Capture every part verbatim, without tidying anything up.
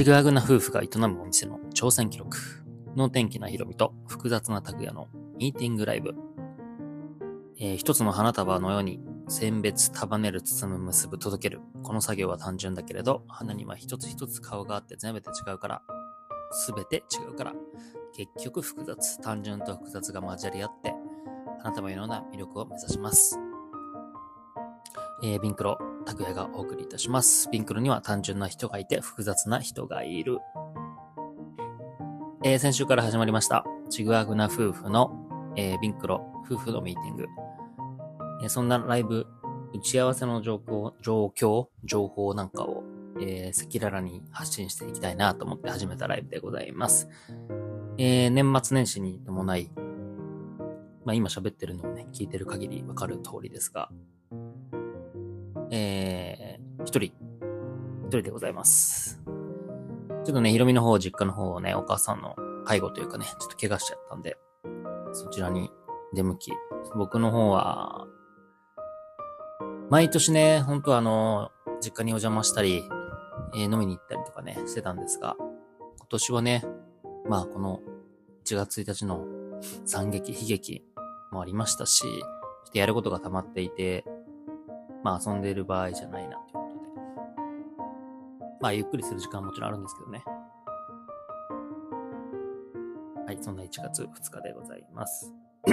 ぐはぐな夫婦が営むお店の挑戦記録。能天気なヒロミと複雑な拓也のミーティングライブ。えー、一つの花束のように選別、束ねる、包む、結ぶ、届ける。この作業は単純だけれど、花には一つ一つ顔があって全て違うから、すべて違うから、結局複雑、単純と複雑が混じり合って、花束のような魅力を目指します。えー、ビンクロ、拓也がお送りいたします。ビンクロには単純な人がいて複雑な人がいる。えー、先週から始まりました。ちぐはぐな夫婦の、えー、ビンクロ、夫婦のミーティング。えー、そんなライブ、打ち合わせの状況、状況、情報なんかを、えー、赤裸々に発信していきたいなと思って始めたライブでございます。えー、年末年始に伴い、まあ今喋ってるのをね、聞いてる限りわかる通りですが、えー、一人、一人でございます。ちょっとね、ヒロミの方、実家の方をね、お母さんの介護というかね、ちょっと怪我しちゃったんで、そちらに出向き、僕の方は、毎年ね、本当はあの、実家にお邪魔したり、えー、飲みに行ったりとかね、してたんですが、今年はね、まあこのいちがつついたちの惨劇、悲劇もありましたし、ちょっとやることが溜まっていて、まあ遊んでいる場合じゃないなということで。まあゆっくりする時間はもちろんあるんですけどね。はい、そんないちがつふつかでございます。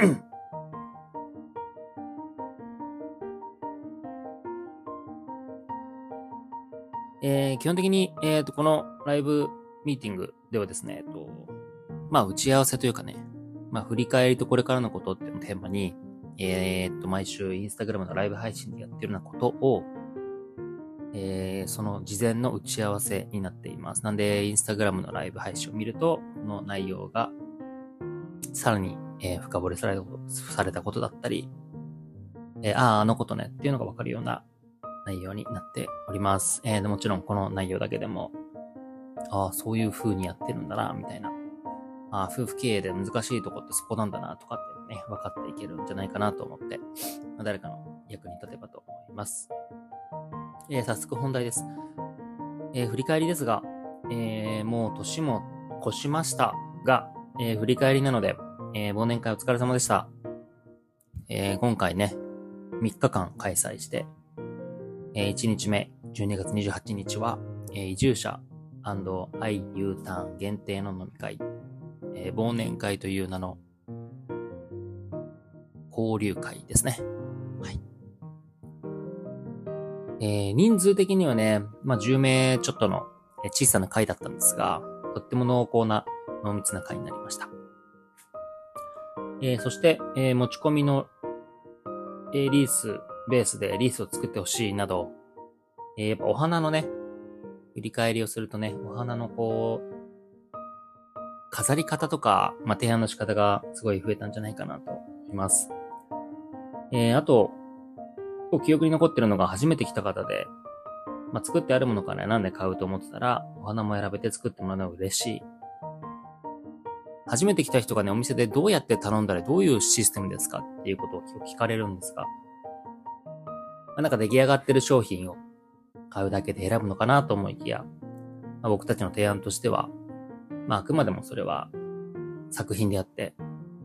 えー、基本的に、えーと、このライブミーティングではですね、えっと、まあ打ち合わせというかね、まあ振り返りとこれからのことっていうのをテーマに、えーと、毎週インスタグラムのライブ配信でやってるようなことを、えー、その事前の打ち合わせになっています。なんで、インスタグラムのライブ配信を見ると、この内容がさらに、えー、深掘りされたこと、されたことだったり、えー、ああ、あのことねっていうのがわかるような内容になっております。えー、でもちろんこの内容だけでも、ああ、そういう風にやってるんだな、みたいな。ああ、夫婦経営で難しいとこってそこなんだな、とかってね、分かっていけるんじゃないかなと思って、まあ、誰かの役に立てばと思います。えー、早速本題です。えー、振り返りですが、えー、もう年も越しましたが、えー、振り返りなので、えー、忘年会お疲れ様でした。えー、今回ね、みっかかん開催して、えー、いちにちめ、じゅうにがつにじゅうはちにちは、えー、移住者 &I U ターン限定の飲み会、えー、忘年会という名の交流会ですね。はい。えー、人数的にはね、まあ、じゅうめいちょっとの小さな会だったんですが、とっても濃厚な濃密な会になりました。えー、そして、えー、持ち込みの、えー、リース、ベースでリースを作ってほしいなど、えー、やっぱお花のね、振り返りをするとね、お花のこう、飾り方とか、まあ、提案の仕方がすごい増えたんじゃないかなと思います。えー、あと、記憶に残ってるのが初めて来た方で、まあ、作ってあるものから選んで買うと思ってたら、お花も選べて作ってもらうのが嬉しい。初めて来た人がね、お店でどうやって頼んだらどういうシステムですかっていうことを聞かれるんですが、まあ、なんか出来上がってる商品を買うだけで選ぶのかなと思いきや、まあ、僕たちの提案としては、まあ、あくまでもそれは作品であって、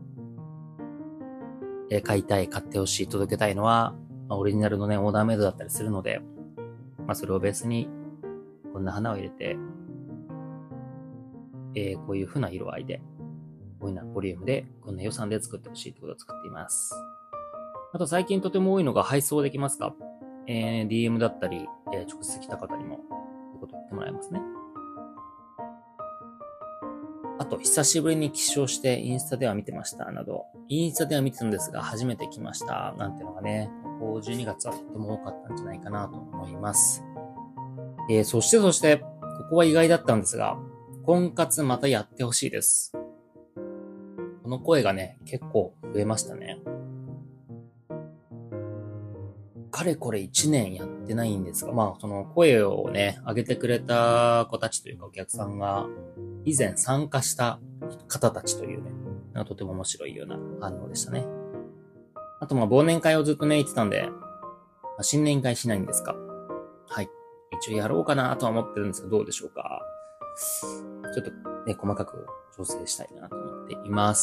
えー、買いたい、買ってほしい、届けたいのは、まあ、オリジナルのね、オーダーメイドだったりするので、まあ、それをベースに、こんな花を入れて、えー、こういう風な色合いで、こういうなボリュームで、こんな予算で作ってほしいってことを作っています。あと最近とても多いのが配送できますか？えー、ディーエム だったり、えー、直接来た方にも、そういうことを言ってもらえますね。あと、久しぶりに起床してインスタでは見てましたなど、インスタでは見てたんですが、初めて来ましたなんていうのがね、ここじゅうにがつはとても多かったんじゃないかなと思います。えー、そしてそして、ここは意外だったんですが、婚活またやってほしいです。この声がね、結構増えましたね。かれこれいちねんやってないんですが、まあ、その声をね、上げてくれた子たちというかお客さんが、以前参加した方たちというね、とても面白いような反応でしたね。あと、まあ、忘年会をずっとね、言ってたんで、まあ、新年会しないんですか？はい。一応やろうかなとは思ってるんですけど、どうでしょうか？ ちょっとね、細かく調整したいなと思っています。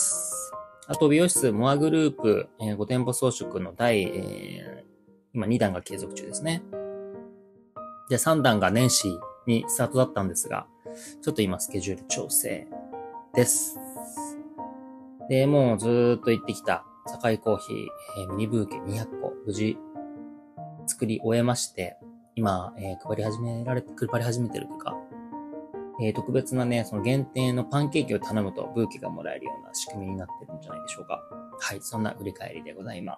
あと、美容室、モアグループ、えー、ご店舗装飾の第、えー、今にだんが継続中ですね。で、さんだんが年始にスタートだったんですが、ちょっと今スケジュール調整です。で、もうずーっと行ってきた、坂井コーヒー、えー、ミニブーケにひゃっこ、無事、作り終えまして、今、えー、配り始められて、配り始めてるというか、えー、特別なね、その限定のパンケーキを頼むとブーケがもらえるような仕組みになってるんじゃないでしょうか。はい、そんな振り返りでございます。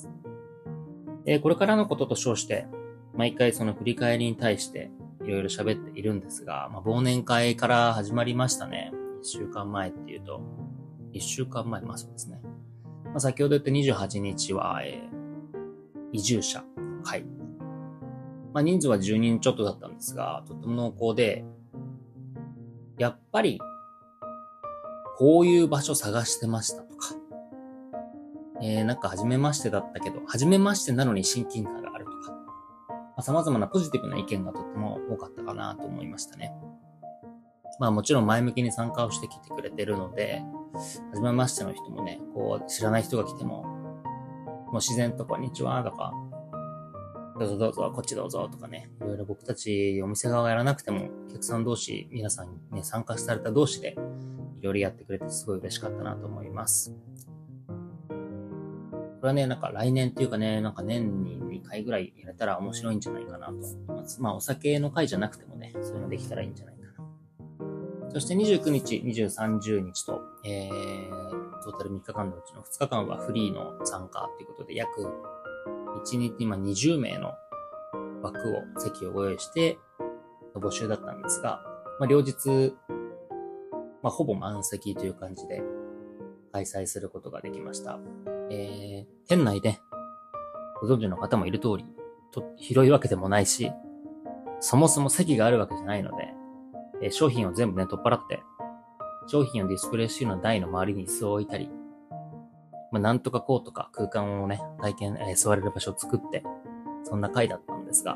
で、これからのことと称して、毎回その振り返りに対していろいろ喋っているんですが、まあ、忘年会から始まりましたね。いっしゅうかんまえっていうと、いっしゅうかんまえ、まあそうですね。まあ、先ほど言ったにじゅうはちにちは、えー、移住者。はい。まあ人数はじゅうにんちょっとだったんですが、とても濃厚で、やっぱり、こういう場所探してましたとか、えー、なんか初めましてだったけど、初めましてなのに親近感があるとか、まあ、様々なポジティブな意見がとても多かったかなと思いましたね。まあもちろん前向きに参加をしてきてくれてるので、初めましての人もね、こう知らない人が来ても、もう自然とこんにちはとか、どうぞどうぞ、こっちどうぞとかね、いろいろ僕たちお店側がやらなくても、お客さん同士、皆さんね、参加された同士で、いろいろやってくれてすごい嬉しかったなと思います。これはね、なんか来年っていうかね、なんか年ににかいぐらいやれたら面白いんじゃないかなと思ってます。まあお酒の会じゃなくてもね、そういうのできたらいいんじゃないかな。そしてにじゅうくにち、にじゅう、さんじゅうにちと、えー、トータルみっかかんのうちのふつかかんはフリーの参加ということで、約いちにち今にじゅうめいの枠を、席をご用意して募集だったんですが、まあ、両日、まあ、ほぼ満席という感じで開催することができました。えー、店内でご存知の方もいる通り、と広いわけでもないし、そもそも席があるわけじゃないので、えー、商品を全部ね、取っ払って、商品をディスプレイしているような台の周りに椅子を置いたり、まあ、なんとかこうとか空間をね、体験、えー、座れる場所を作って、そんな回だったんですが、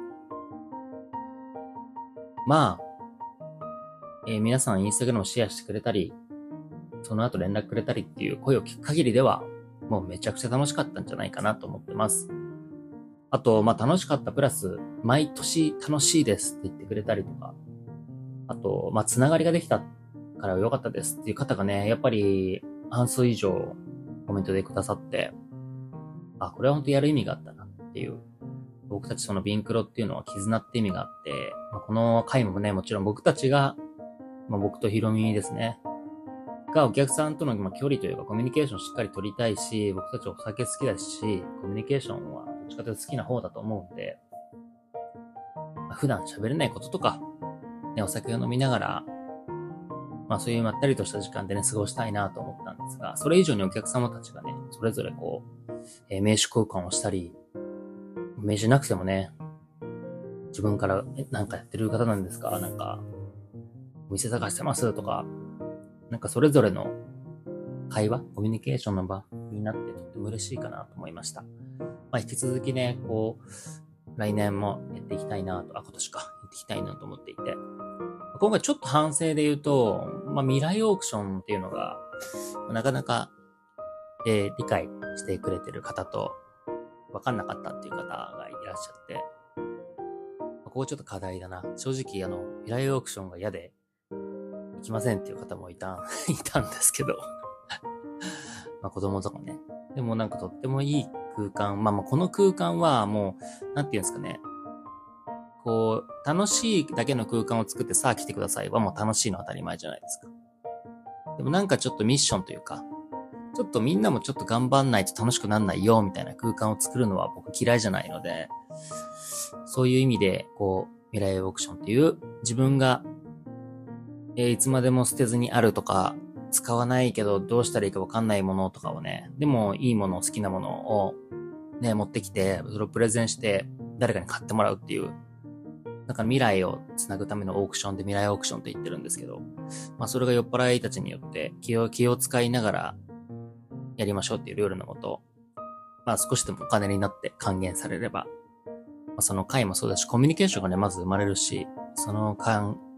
まあ、えー、皆さんインスタグラムをシェアしてくれたり、その後連絡くれたりっていう声を聞く限りでは、もうめちゃくちゃ楽しかったんじゃないかなと思ってます。あと、まあ楽しかったプラス、毎年楽しいですって言ってくれたりとか、あと、まあつながりができたから良かったですっていう方がね、やっぱり半数以上コメントでくださって、あ、これは本当やる意味があったなっていう。僕たちそのビンクロっていうのは絆って意味があって、まあ、この回もね、もちろん僕たちが、まあ、僕とヒロミですね、がお客さんとの距離というかコミュニケーションをしっかり取りたいし、僕たちお酒好きだし、コミュニケーションはどっちかというと好きな方だと思うんで、まあ、普段喋れないこととか、ね、お酒を飲みながら、まあそういうまったりとした時間でね、過ごしたいなと思ったんですが、それ以上にお客様たちがね、それぞれこう、えー、名刺交換をしたり、名刺なくてもね、自分からなんかやってる方なんですか、なんか、お店探してますとか、なんかそれぞれの会話、コミュニケーションの場になってとっても嬉しいかなと思いました。まあ引き続きね、こう、来年もやっていきたいなと、あ、今年か、やっていきたいなと思っていて、今回ちょっと反省で言うと、まあ未来オークションっていうのが、なかなか、えー、理解してくれてる方と、わかんなかったっていう方がいらっしゃって、ここちょっと課題だな。正直、あの、未来オークションが嫌で、行きませんっていう方もいた、いたんですけど。まあ子供とかね。でもなんかとってもいい空間。まあまあこの空間はもう、なんていうんですかね。こう、楽しいだけの空間を作ってさあ来てくださいはもう楽しいの当たり前じゃないですか。でもなんかちょっとミッションというか、ちょっとみんなもちょっと頑張んないと楽しくなんないよみたいな空間を作るのは僕嫌いじゃないので、そういう意味で、こう、未来オークションっていう自分が、えー、いつまでも捨てずにあるとか、使わないけどどうしたらいいかわかんないものとかをね、でもいいもの、好きなものをね、持ってきて、それをプレゼンして誰かに買ってもらうっていう、なんか未来をつなぐためのオークションで未来オークションって言ってるんですけど、まあそれが酔っ払いたちによって気を、気を使いながらやりましょうっていうルールのもと、まあ少しでもお金になって還元されれば、まあ、その会もそうだし、コミュニケーションがね、まず生まれるし、その間、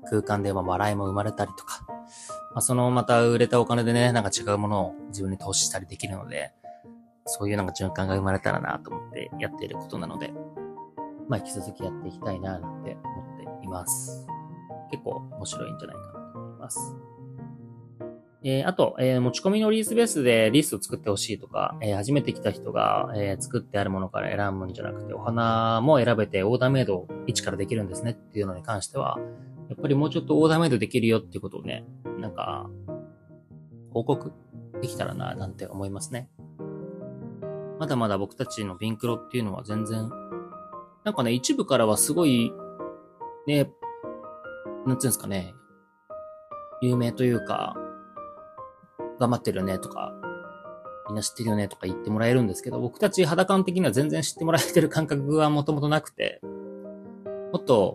空間でまあ笑いも生まれたりとか、まあ、そのまた売れたお金でね、なんか違うものを自分に投資したりできるので、そういうなんか循環が生まれたらなと思ってやっていることなので、まあ引き続きやっていきたいななんて思っています。結構面白いんじゃないかなと思います。えー、あと、えー、持ち込みのリースベースでリストを作ってほしいとか、えー、初めて来た人が、えー、作ってあるものから選ぶんじゃなくて、お花も選べてオーダーメイド一からできるんですねっていうのに関しては、やっぱりもうちょっとオーダーメイドできるよっていうことをね、なんか、報告できたらな、なんて思いますね。まだまだ僕たちのビンクロっていうのは全然、なんかね、一部からはすごい、ね、なんつうんですかね、有名というか、頑張ってるよねとか、みんな知ってるよねとか言ってもらえるんですけど、僕たち肌感的には全然知ってもらえてる感覚がもともとなくて、もっと、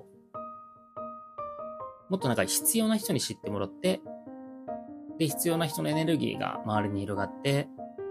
もっとなんか必要な人に知ってもらって、で、必要な人のエネルギーが周りに広がって、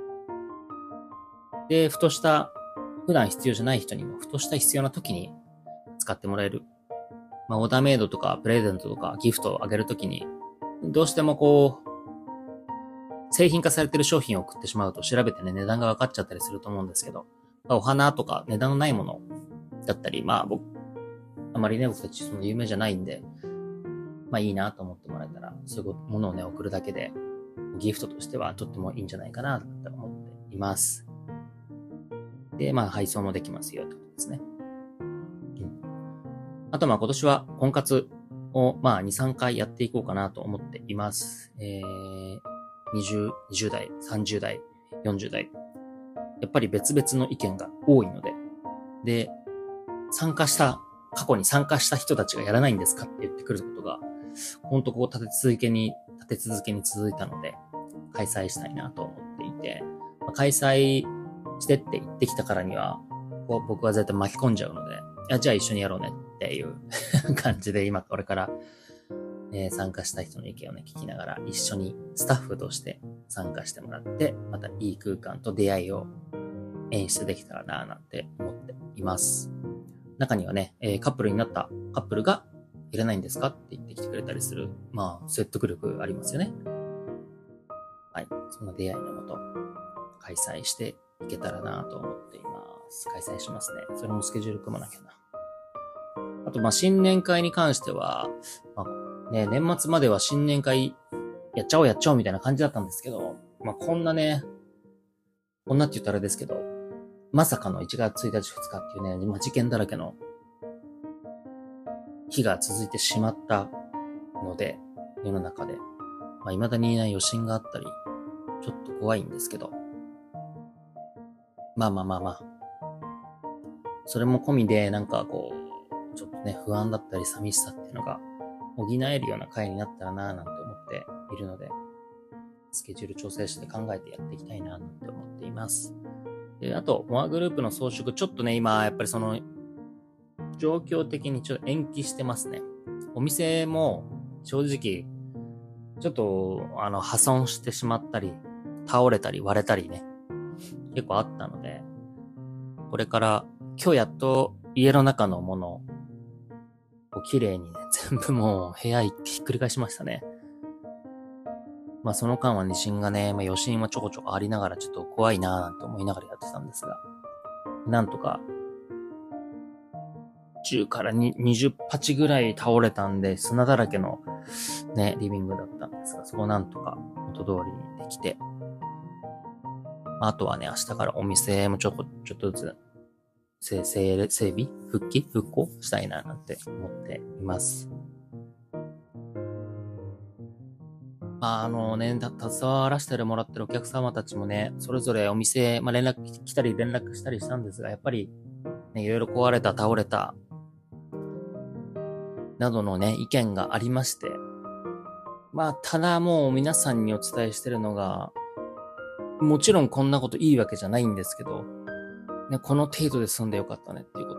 で、ふとした、普段必要じゃない人にも、ふとした必要な時に使ってもらえる。まあ、オーダーメイドとか、プレゼントとか、ギフトをあげるときに、どうしてもこう、製品化されてる商品を送ってしまうと調べてね、値段が分かっちゃったりすると思うんですけど、まあ、お花とか値段のないものだったり、まあ僕、あまりね、僕たちその有名じゃないんで、まあいいなと思ってもらえたら、そういうものをね、送るだけで、ギフトとしてはとってもいいんじゃないかなと思っています。で、まあ配送もできますよってことですね。うん。あとまあ今年は婚活をまあに、さんかいやっていこうかなと思っています。えー、にじゅう、にじゅう代、さんじゅう代、よんじゅう代。やっぱり別々の意見が多いので、で、参加した、過去に参加した人たちがやらないんですかって言ってくることが、ほんとこう立て続けに、立て続けに続いたので、開催したいなと思っていて、まあ、開催してって言ってきたからには、こう僕は絶対巻き込んじゃうので、いや、じゃあ一緒にやろうねっていう感じで今これから、えー、参加した人の意見をね、聞きながら一緒にスタッフとして参加してもらって、またいい空間と出会いを演出できたらなぁなんて思っています。中にはね、えー、カップルになったカップルがいらないんですかって言ってきてくれたりする、まあ、説得力ありますよね。はい。そんな出会いのもと、開催していけたらなと思っています。開催しますね。それもスケジュール組まなきゃな。あと、まあ、新年会に関しては、まあ、ね、年末までは新年会やっちゃおうやっちゃおうみたいな感じだったんですけど、まあ、こんなね、こんなって言ったらあれですけど、まさかのいちがつついたちふつかっていうね、今事件だらけの日が続いてしまったので、世の中で、まあ、未だにいない余震があったり、ちょっと怖いんですけど、まあまあまあまあ、それも込みで、なんかこう、ちょっとね、不安だったり寂しさっていうのが補えるような回になったらなぁなんて思っているので、スケジュール調整して考えてやっていきたいななんて思っています。で、あと、モアグループの装飾、ちょっとね、今、やっぱりその、状況的にちょっと延期してますね。お店も、正直、ちょっと、あの、破損してしまったり、倒れたり割れたりね、結構あったので、これから、今日やっと家の中のものを綺麗にね、全部もう部屋ひっくり返しましたね。まあその間は地震がね、まあ余震はちょこちょこありながらちょっと怖いなぁなんて思いながらやってたんですが、なんとか、じゅうからにじゅうはちぐらい倒れたんで、砂だらけのね、リビングだったんですが、そこをなんとか元通りにできて、あとはね、明日からお店もちょこ、ちょっとずつ、整備復帰復興したいななんて思っています。まあ、あのね、携わらせてもらってるお客様たちもね、それぞれお店、まあ連絡来たり連絡したりしたんですが、やっぱり、ね、いろいろ壊れた、倒れた、などのね、意見がありまして、まあ、ただもう皆さんにお伝えしてるのが、もちろんこんなこといいわけじゃないんですけど、ね、この程度で済んでよかったねっていうこと。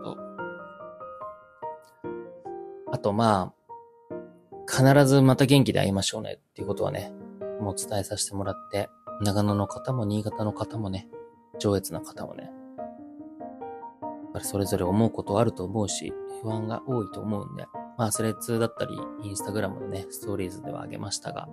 あとまあ、必ずまた元気で会いましょうねっていうことはね、もう伝えさせてもらって、長野の方も新潟の方もね、上越の方もね、やっぱりそれぞれ思うことあると思うし、不安が多いと思うんで、 まあスレッズだったり、インスタグラムのね、ストーリーズではあげましたが、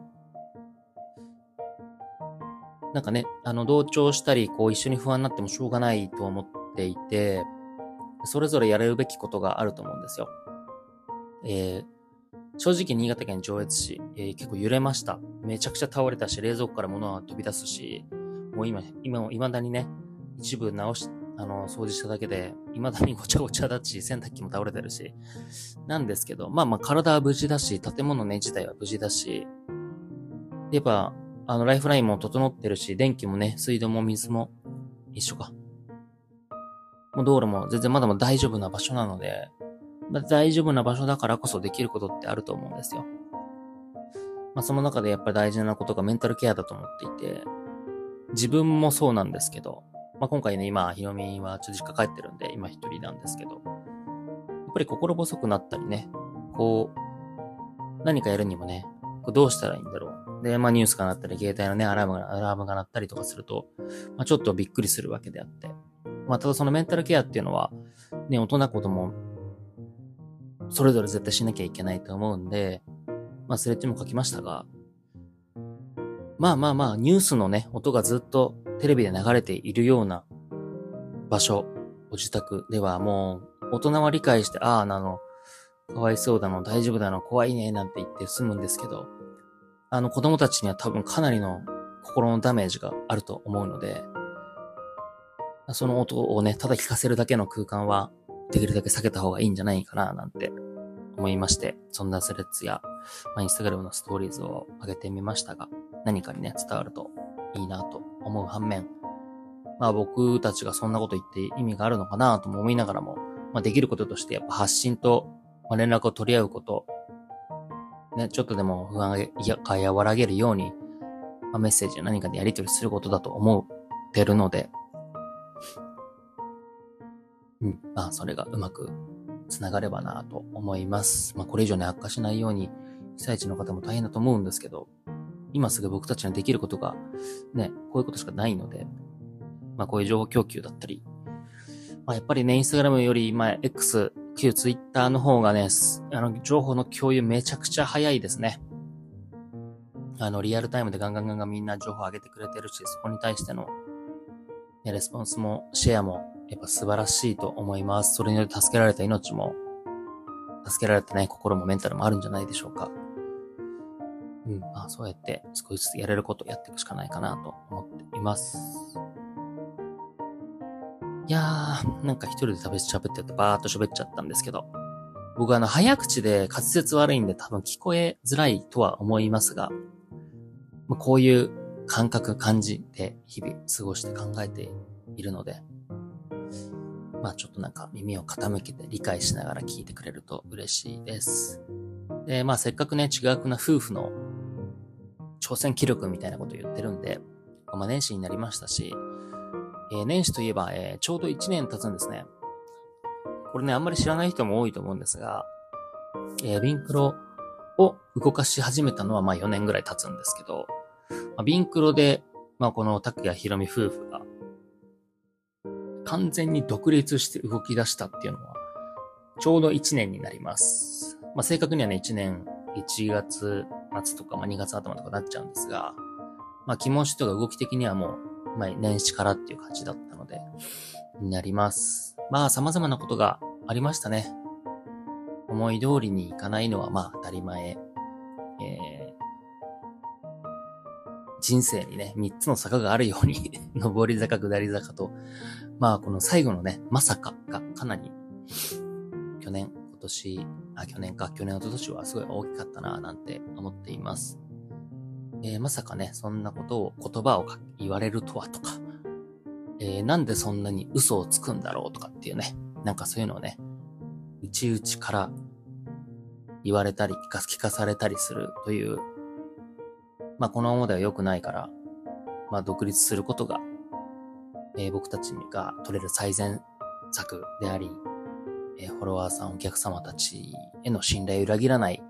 なんかね、あの同調したり、こう一緒に不安になってもしょうがないと思っていて、それぞれやれるべきことがあると思うんですよ。えー、正直新潟県上越市、えー、結構揺れました。めちゃくちゃ倒れたし、冷蔵庫から物は飛び出すし、もう今、今も未だにね、一部直し、あの、掃除しただけで、未だにごちゃごちゃだし、洗濯機も倒れてるし、なんですけど、まあまあ体は無事だし、建物ね自体は無事だし、やっぱ、あの、ライフラインも整ってるし、電気もね、水道も水も一緒か。もう道路も全然まだまだ大丈夫な場所なので、まあ、大丈夫な場所だからこそできることってあると思うんですよ。まあその中でやっぱり大事なことがメンタルケアだと思っていて、自分もそうなんですけど、まあ今回ね、今、ひろみはちょっと実家帰ってるんで、今一人なんですけど、やっぱり心細くなったりね、こう、何かやるにもね、こうどうしたらいいんだろう。で、まあニュースが鳴ったり、携帯のね、アラームが、アラームが鳴ったりとかすると、まあちょっとびっくりするわけであって。まあただそのメンタルケアっていうのは、ね、大人子供、それぞれ絶対しなきゃいけないと思うんで、まあスレッジも書きましたが、まあまあまあ、ニュースのね、音がずっとテレビで流れているような場所、ご自宅ではもう、大人は理解して、ああ、なの、かわいそうだの、大丈夫だの、怖いね、なんて言って済むんですけど、あの子供たちには多分かなりの心のダメージがあると思うので、その音をね、ただ聞かせるだけの空間は、できるだけ避けた方がいいんじゃないかな、なんて思いまして、そんなスレッズや、まあ、インスタグラムのストーリーズを上げてみましたが、何かにね、伝わるといいなと思う反面、まあ僕たちがそんなこと言って意味があるのかなとも思いながらも、まあできることとしてやっぱ発信と、まあ、連絡を取り合うこと、ね、ちょっとでも不安が和らげるように、まあ、メッセージ何かでやり取りすることだと思ってるので、うん、まあそれがうまく繋がればなと思います。まあこれ以上ね悪化しないように、被災地の方も大変だと思うんですけど、今すぐ僕たちにできることが、ね、こういうことしかないので、まあこういう情報供給だったり、まあやっぱりね、インスタグラムより、まあ X、旧ツイッターの方がね、あの、情報の共有めちゃくちゃ早いですね。あの、リアルタイムでガンガンガンガンみんな情報上げてくれてるし、そこに対しての、ね、レスポンスも、シェアも、やっぱ素晴らしいと思います。それによって助けられた命も、助けられたね、心もメンタルもあるんじゃないでしょうか。うん、まあそうやって少しずつやれることをやっていくしかないかなと思っています。いやー、なんか一人で食べ喋ってるとバーっと喋っちゃったんですけど、僕あの早口で滑舌悪いんで多分聞こえづらいとは思いますが、まあ、こういう感覚、感じで日々過ごして考えているので、まあちょっとなんか耳を傾けて理解しながら聞いてくれると嬉しいです。で、まあせっかくね、違うな夫婦の挑戦記録みたいなことを言ってるんで、まあ年始になりましたし、えー、年始といえば、えー、ちょうどいちねん経つんですね。これね、あんまり知らない人も多いと思うんですが、えー、ビンクロを動かし始めたのはまあよねんぐらい経つんですけど、まあ、ビンクロで、まあこの拓也ひろみ夫婦が完全に独立して動き出したっていうのは、ちょうどいちねんになります。まあ正確にはね、いちねんいちがつ末とか、まあにがつ頭とかなっちゃうんですが、まあ気持ちとか動き的にはもう、まあ年始からっていう感じだったので、になります。まあ様々なことがありましたね。思い通りにいかないのはまあ当たり前。えー、人生にね、みっつの坂があるように上り坂、下り坂と、まあこの最後のね、まさかがかなり、去年、今年、あ、去年か、去年、一昨年はすごい大きかったなぁなんて思っています。えー、まさかね、そんなことを言葉を言われるとはとか、えー、なんでそんなに嘘をつくんだろうとかっていうね、なんかそういうのをね、内々から言われたり聞か、聞かされたりするという、まあこのままでは良くないから、まあ独立することが、えー、僕たちが取れる最善策であり、えー、フォロワーさん、お客様たちへの信頼を裏切らない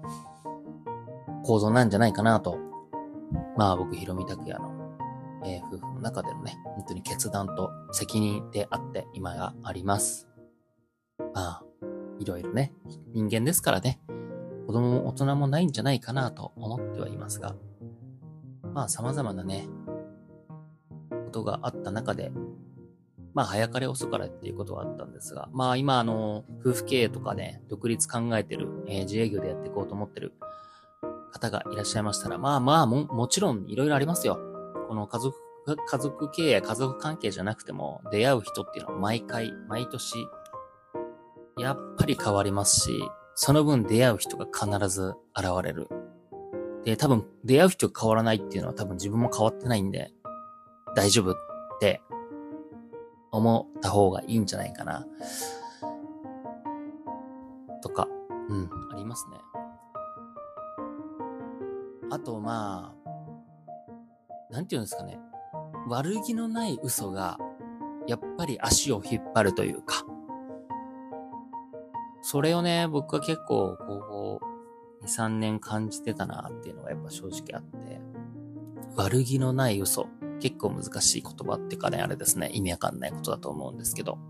構造なんじゃないかなと、まあ僕、ひろみたくやの、えー、夫婦の中でのね、本当に決断と責任であって今があります。まあ、 いろいろね、人間ですからね、子供も大人もないんじゃないかなと思ってはいますが、まあ様々なね、ことがあった中で、まあ早かれ遅かれっていうことはあったんですが、まあ今あの、夫婦経営とかね、独立考えてる、えー自営業でやっていこうと思ってる方がいらっしゃいましたら、まあまあも、もちろんいろいろありますよ。この家族、家族経営、家族関係じゃなくても、出会う人っていうのは毎回、毎年、やっぱり変わりますし、その分出会う人が必ず現れる。で、多分出会う人が変わらないっていうのは多分自分も変わってないんで、大丈夫って思った方がいいんじゃないかな。とか、うん、ありますね。あと、まあ、なんていうんですかね。悪気のない嘘が、やっぱり足を引っ張るというか、それをね、僕は結構、こう、に、さんねん感じてたなっていうのがやっぱ正直あって、悪気のない嘘。結構難しい言葉っていうかね、あれですね、意味わかんないことだと思うんですけど。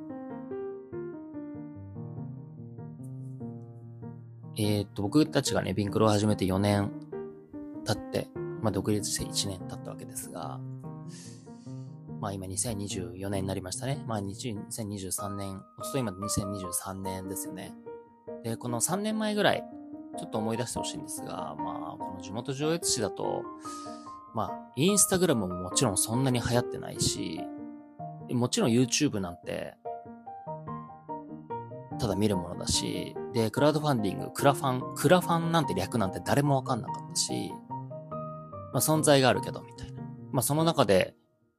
えーっと、僕たちがね、ビンクロを始めてよねん経って、まあ、独立していちねん経ったわけですが、まあ今にせんにじゅうよねんになりましたね。まあにせんにじゅうさんねん、おとといまでにせんにじゅうさんねんですよね。で、このさんねんまえぐらい、ちょっと思い出してほしいんですが、まあ、この地元上越市だと、まあ、インスタグラムももちろんそんなに流行ってないし、もちろん YouTube なんて、ただ見るものだし、で、クラウドファンディング、クラファン、クラファンなんて略なんて誰もわかんなかったし、まあ存在があるけど、みたいな。まあその中で、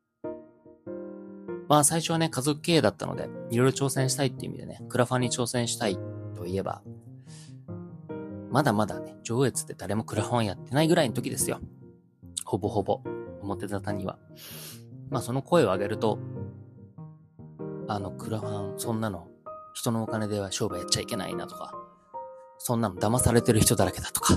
まあ最初はね、家族経営だったので、いろいろ挑戦したいっていう意味でね、クラファンに挑戦したいといえば、まだまだね、上越って誰もクラファンやってないぐらいの時ですよ。ほぼほぼ、表沙汰には。まあその声を上げると、あの、クラファン、そんなの、人のお金では商売やっちゃいけないなとか、そんなの騙されてる人だらけだとか、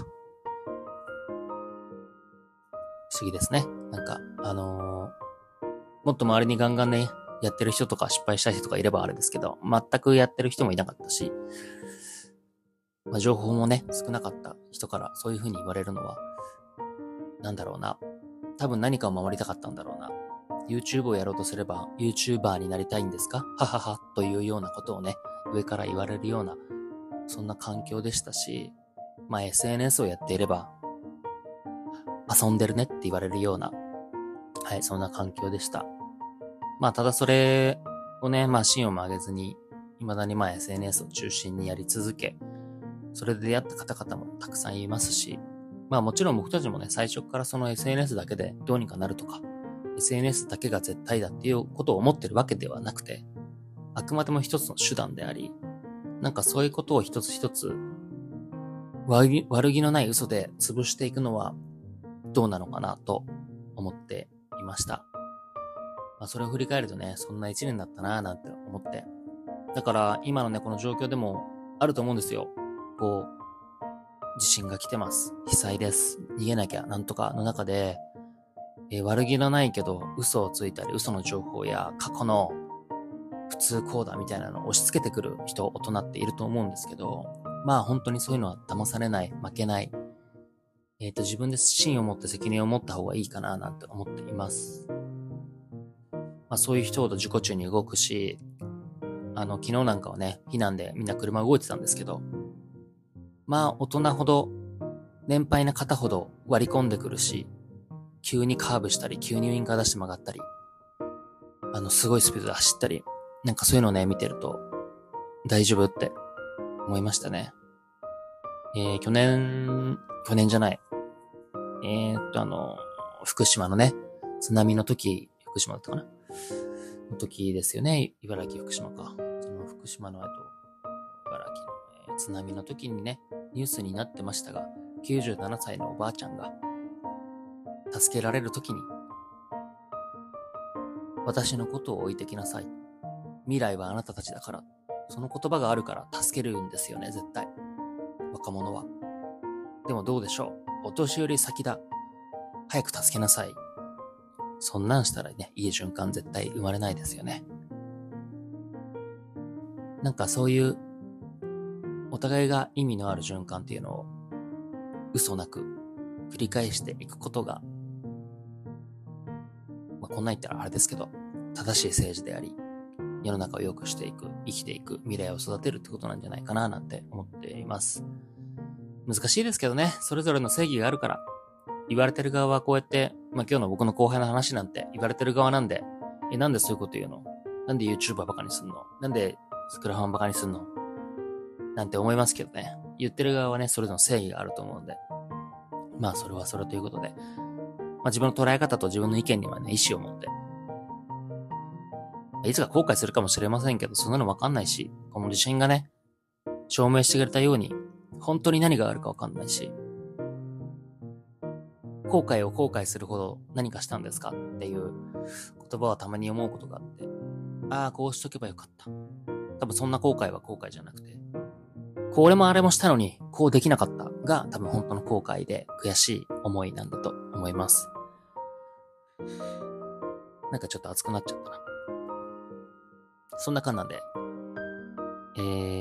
不思議ですね。なんか、あのー、もっと周りにガンガンね、やってる人とか失敗した人とかいればあれですけど、全くやってる人もいなかったし、まあ、情報もね、少なかった人からそういう風に言われるのは、なんだろうな。多分何かを守りたかったんだろうな。YouTube をやろうとすれば、YouTuber になりたいんですかははは、というようなことをね、上から言われるような、そんな環境でしたし、まあ エスエヌエス をやっていれば、遊んでるねって言われるような、はい、そんな環境でした。まあただそれをね、まあ芯を曲げずに、未だにまあ エスエヌエス を中心にやり続け、それで出会った方々もたくさんいますし、まあもちろん僕たちもね、最初からその エスエヌエス だけでどうにかなるとか、エスエヌエス だけが絶対だっていうことを思ってるわけではなくて、あくまでも一つの手段であり、なんかそういうことを一つ一つ悪気悪気のない嘘で潰していくのはどうなのかなと思っていました。まあそれを振り返るとね、そんな一年だったなぁなんて思って。だから今のね、この状況でもあると思うんですよ。こう、地震が来てます。被災です。逃げなきゃ、なんとかの中で、えー悪気のないけど嘘をついたり嘘の情報や過去の普通こうだみたいなのを押し付けてくる人、大人っていると思うんですけど、まあ本当にそういうのは騙されない、負けない、えっと自分で芯を持って責任を持った方がいいかななんて思っています。まあそういう人ほど自己中に動くし、あの昨日なんかはね、避難でみんな車動いてたんですけど、まあ大人ほど、年配な方ほど割り込んでくるし、急にカーブしたり、急にウインカー出して曲がったり、あのすごいスピードで走ったり、なんかそういうのをね、見てると、大丈夫って思いましたね。えー、去年、去年じゃない。えー、っと、あの、福島のね、津波の時、福島だったかなの時ですよね。茨城、福島か。その福島の後、茨城の、えー津波の時にね、ニュースになってましたが、きゅうじゅうななさいのおばあちゃんが、助けられる時に、私のことを置いてきなさい。未来はあなたたちだから。その言葉があるから助けるんですよね、絶対。若者は。でもどうでしょう。お年寄り先だ。早く助けなさい。そんなんしたらね、いい循環絶対生まれないですよね。なんかそういうお互いが意味のある循環っていうのを嘘なく繰り返していくことが、まあ、こんなん言ったらあれですけど、正しい政治であり、世の中を良くしていく、生きていく、未来を育てるってことなんじゃないかななんて思っています。難しいですけどね、それぞれの正義があるから、言われてる側はこうやって、まあ今日の僕の後輩の話なんて言われてる側なんで、え、なんでそういうこと言うの？なんで YouTuber バカにすんの？なんでスクラファンバカにすんの？なんて思いますけどね。言ってる側はね、それぞれの正義があると思うんで。まあそれはそれということで、まあ自分の捉え方と自分の意見にはね、意思を持って、いつか後悔するかもしれませんけど、そんなのわかんないし、この自信がね、証明してくれたように、本当に何があるかわかんないし、後悔を後悔するほど何かしたんですかっていう言葉はたまに思うことがあって、ああ、こうしとけばよかった。多分そんな後悔は後悔じゃなくて、これもあれもしたのに、こうできなかったが多分本当の後悔で悔しい思いなんだと思います。なんかちょっと熱くなっちゃったな。そんな感なんで、えー、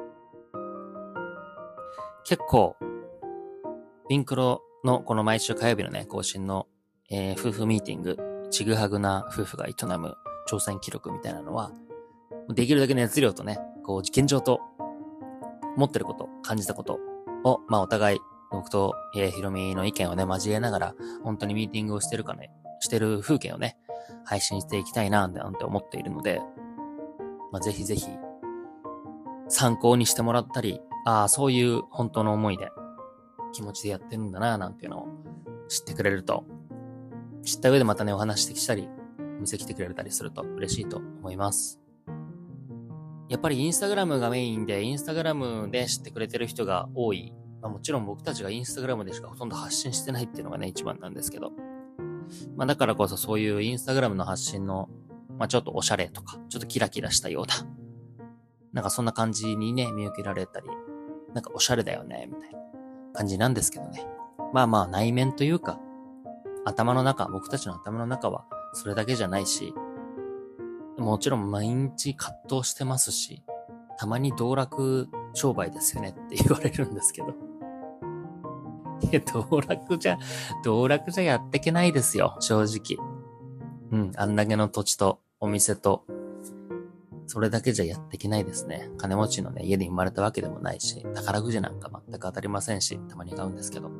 結構、ピンクロのこの毎週火曜日のね、更新の、えー、夫婦ミーティング、ちぐはぐな夫婦が営む挑戦記録みたいなのは、できるだけ熱量とね、こう、現状と、持ってること、感じたことを、まあお互い、僕と、えー、ひろみの意見をね、交えながら、本当にミーティングをしてるかね、してる風景をね、配信していきたいな、なんて思っているので、まあぜひぜひ、参考にしてもらったり、ああ、そういう本当の思いで、気持ちでやってるんだな、なんていうのを知ってくれると、知った上でまたね、お話してきたり、お店来てくれたりすると嬉しいと思います。やっぱりインスタグラムがメインで、インスタグラムで知ってくれてる人が多い。まあもちろん僕たちがインスタグラムでしかほとんど発信してないっていうのがね、一番なんですけど。まあだからこそそういうインスタグラムの発信の、まあちょっとおしゃれとか、ちょっとキラキラしたような、なんかそんな感じにね、見受けられたり、なんかおしゃれだよね、みたいな感じなんですけどね。まあまあ内面というか、頭の中、僕たちの頭の中はそれだけじゃないし、もちろん毎日葛藤してますし、たまに道楽商売ですよねって言われるんですけど。いや、道楽じゃ、道楽じゃやってけないですよ、正直。うん、あんだけの土地とお店と、それだけじゃやってけないですね。金持ちのね、家で生まれたわけでもないし、宝くじなんか全く当たりませんし、たまに買うんですけど。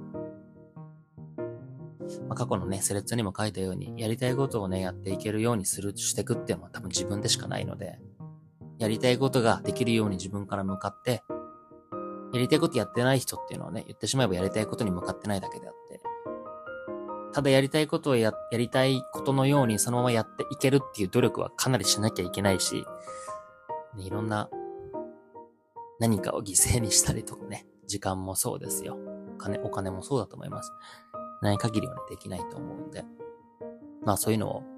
まあ、過去のね、セレッツにも書いたように、やりたいことをね、やっていけるようにする、していくっていうのは多分自分でしかないので、やりたいことができるように自分から向かって、やりたいことやってない人っていうのはね、言ってしまえばやりたいことに向かってないだけであって、ただやりたいことをや、やりたいことのようにそのままやっていけるっていう努力はかなりしなきゃいけないし、ね、いろんな何かを犠牲にしたりとかね、時間もそうですよ。お金、お金もそうだと思います。ない限りは、ね、できないと思うんで。まあそういうのを、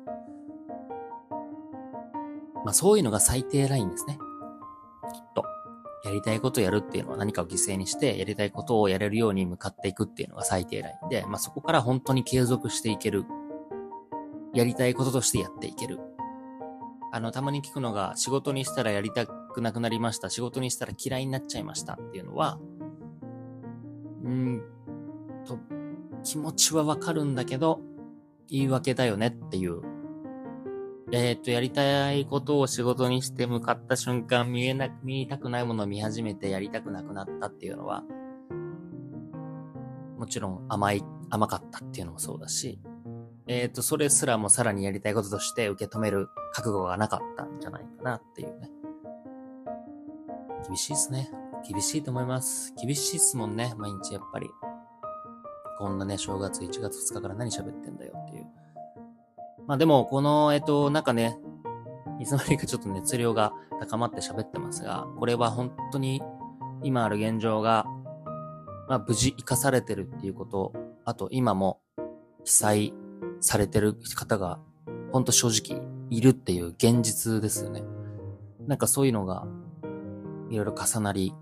まあそういうのが最低ラインですね。きっと。やりたいことをやるっていうのは何かを犠牲にして、やりたいことをやれるように向かっていくっていうのが最低ラインで、まあそこから本当に継続していける。やりたいこととしてやっていける。あの、たまに聞くのが、仕事にしたらやりたくなくなりました。仕事にしたら嫌いになっちゃいましたっていうのは、うーんと、気持ちはわかるんだけど、言い訳だよねっていう。えっと、やりたいことを仕事にして向かった瞬間、見えな、見たくないものを見始めてやりたくなくなったっていうのは、もちろん甘い、甘かったっていうのもそうだし、えっと、それすらもさらにやりたいこととして受け止める覚悟がなかったんじゃないかなっていうね。厳しいっすね。厳しいと思います。厳しいっすもんね、毎日やっぱり。こんなね、正月いちがつふつかから何喋ってんだよっていう。まあでも、この、えっと、なんかね、いつの間にかちょっと熱量が高まって喋ってますが、これは本当に今ある現状が、まあ無事生かされてるっていうこと、あと今も被災されてる方が本当正直いるっていう現実ですよね。なんかそういうのがいろいろ重なり、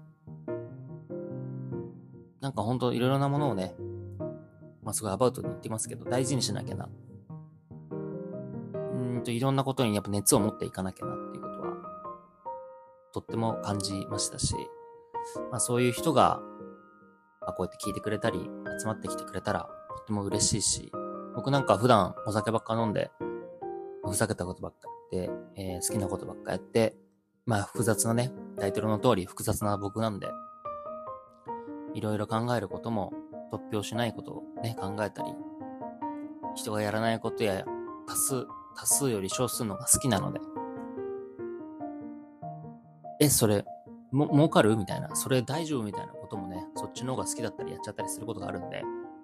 なんか本当いろいろなものをね、まあすごいアバウトに言ってますけど、大事にしなきゃな。うーんといろんなことにやっぱ熱を持っていかなきゃなっていうことは、とっても感じましたし、 まあそういう人が、まあ、こうやって聞いてくれたり、集まってきてくれたら、とっても嬉しいし、僕なんか普段お酒ばっか飲んで、ふざけたことばっかやって、えー好きなことばっかやって、まあ複雑なね、タイトルの通り複雑な僕なんで、いろいろ考えることも、突拍子ないことをね、考えたり、人がやらないことや多数、多数より少数のが好きなので、え、それ、も、儲かるみたいな、それ大丈夫みたいなこともね、そっちの方が好きだったりやっちゃったりすることがあるんで、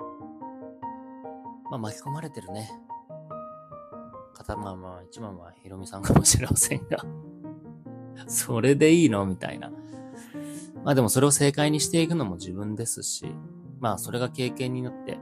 まあ巻き込まれてるね、方、まあまあ、一番はヒロミさんかもしれませんが、それでいいのみたいな。まあでもそれを正解にしていくのも自分ですし、まあそれが経験になって、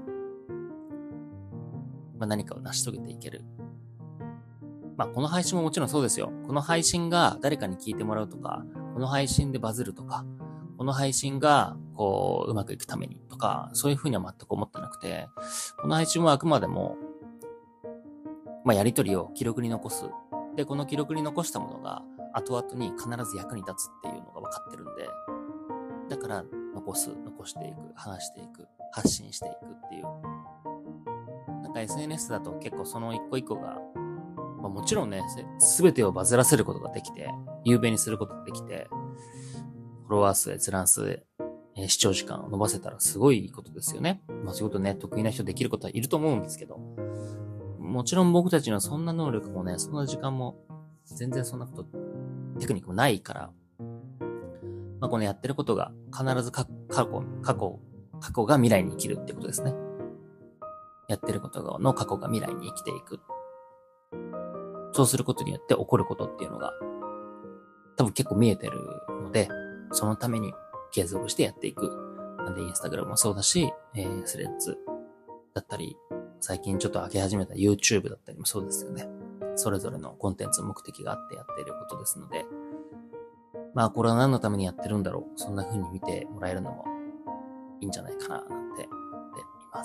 まあ何かを成し遂げていける。まあこの配信ももちろんそうですよ。この配信が誰かに聞いてもらうとか、この配信でバズるとか、この配信がこううまくいくためにとか、そういうふうには全く思ってなくて、この配信はあくまでも、まあやりとりを記録に残す。で、この記録に残したものが後々に必ず役に立つっていうのが分かってるんで、だから残す、残していく、話していく、発信していくっていう。なんか エスエヌエス だと結構その一個一個が、まあ、もちろんね、すべてをバズらせることができて、有名にすることができて、フォロワー数、閲覧数、えー視聴時間を伸ばせたらすごいいいことですよね。まあそういうことね、得意な人できることはいると思うんですけど、もちろん僕たちにはそんな能力もね、そんな時間も、全然そんなこと、テクニックもないから、まあこのやってることが必ず過去、過去、過去が未来に生きるってことですね。やってることの過去が未来に生きていく。そうすることによって起こることっていうのが多分結構見えてるので、そのために継続してやっていく。なんでインスタグラムもそうだし、えー、スレッズだったり、最近ちょっと上げ始めた YouTube だったりもそうですよね。それぞれのコンテンツ目的があってやっていることですので、まあこれは何のためにやってるんだろう。そんな風に見てもらえるのもいいんじゃないかななんて思っています。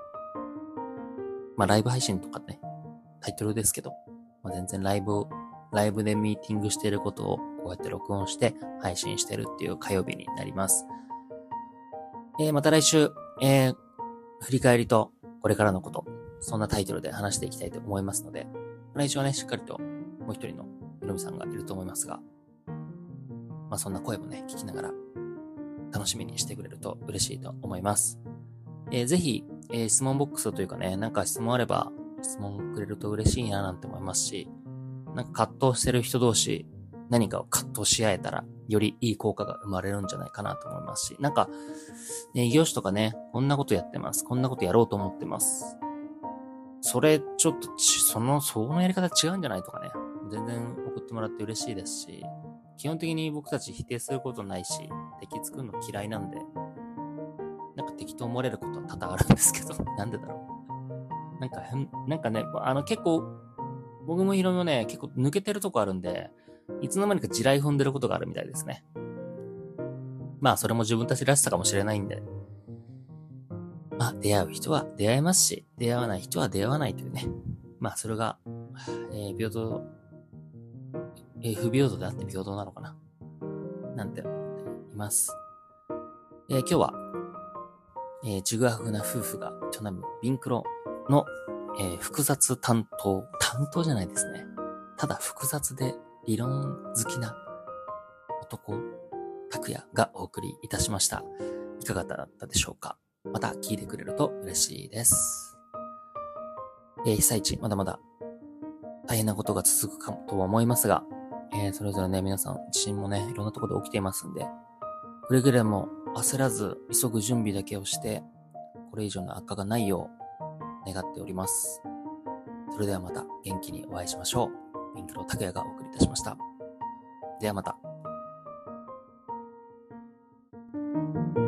まあライブ配信とかね、タイトルですけど、まあ、全然ライブを、ライブでミーティングしていることをこうやって録音して配信してるっていう火曜日になります。えー、また来週、えー、振り返りとこれからのこと、そんなタイトルで話していきたいと思いますので、来週はね、しっかりともう一人のひろみさんがいると思いますが、まあそんな声もね、聞きながら楽しみにしてくれると嬉しいと思います。えー、ぜひ、えー、質問ボックスというかね、なんか質問あれば質問くれると嬉しいななんて思いますし、なんか葛藤してる人同士、何かを葛藤し合えたら、よりいい効果が生まれるんじゃないかなと思いますし、なんか、ね、異業種とかね、こんなことやってます。こんなことやろうと思ってます。それ、ちょっとち、その、そのやり方違うんじゃないとかね、全然送ってもらって嬉しいですし、基本的に僕たち否定することないし、敵作るの嫌いなんで、なんか敵と思われることは多々あるんですけど、なんでだろう。なんか変、なんかね、あの結構、僕もヒロミもね、結構抜けてるとこあるんで、いつの間にか地雷踏んでることがあるみたいですね。まあ、それも自分たちらしさかもしれないんで。まあ、出会う人は出会えますし、出会わない人は出会わないというね。まあ、それが、えー、平等、えー、不平等であって平等なのかな。なんて思っています。えー、今日は、えー、ちぐはぐな夫婦が営むビンクロの、えー、複雑担当、担当じゃないですね。ただ複雑で理論好きな男、拓也がお送りいたしました。いかがだったでしょうか。また聞いてくれると嬉しいです。えー、被災地、まだまだ大変なことが続くかとは思いますが、えー、それぞれね、皆さん地震もね、いろんなところで起きていますんで、くれぐれも焦らず急ぐ準備だけをして、これ以上の悪化がないよう願っております。それではまた元気にお会いしましょう。ビンクロ拓也がお送りいたしました。ではまた。